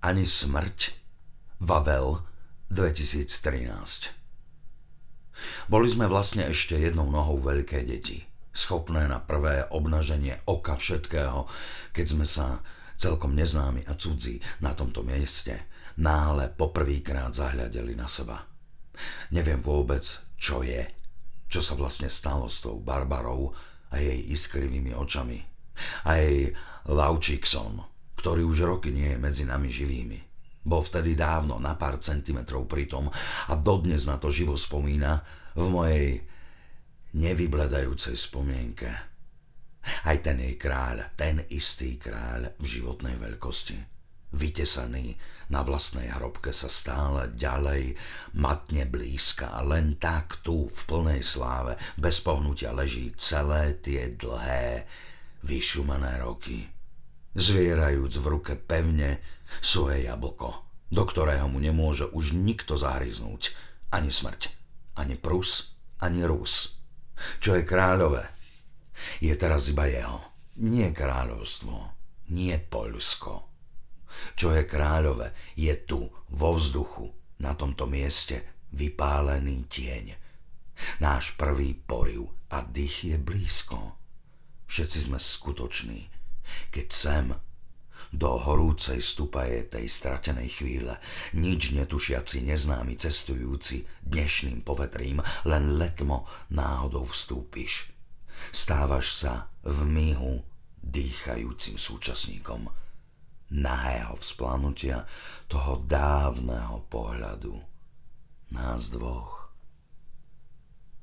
ani smrť. Vavel 2013. Boli sme vlastne ešte jednou nohou veľké deti, schopné na prvé obnaženie oka všetkého, keď sme sa celkom neznámi a cudzí na tomto mieste náhle poprvýkrát zahľadeli na seba. Neviem vôbec, čo je, čo sa vlastne stalo s tou Barbarou a jej iskrivými očami. A jej Laučíksom, ktorý už roky nie je medzi nami živými. Bol vtedy dávno na pár centimetrov pritom a dodnes na to živo spomína v mojej nevybledajúcej spomienke. Aj ten jej kráľ, ten istý kráľ v životnej veľkosti, vytesaný na vlastnej hrobke, sa stále ďalej matne blízka a len tak tu v plnej sláve bez pohnutia leží celé tie dlhé vyšumané roky, zvierajúc v ruke pevne svoje jablko, do ktorého mu nemôže už nikto zahryznúť, ani smrť, ani Prus, ani Rus. Čo je kráľové, je teraz iba jeho, nie kráľovstvo, nie Poľsko. Čo je kráľové, je tu, vo vzduchu, na tomto mieste vypálený tieň. Náš prvý poriv a dých je blízko. Všetci sme skutoční, keď sem do horúcej stupaje tej stratenej chvíle, nič netušiaci neznámi cestujúci dnešným povetrím, len letmo náhodou vstúpiš. Stávaš sa v myhu dýchajúcim súčasníkom nahého vzplanutia toho dávneho pohľadu nás dvoch.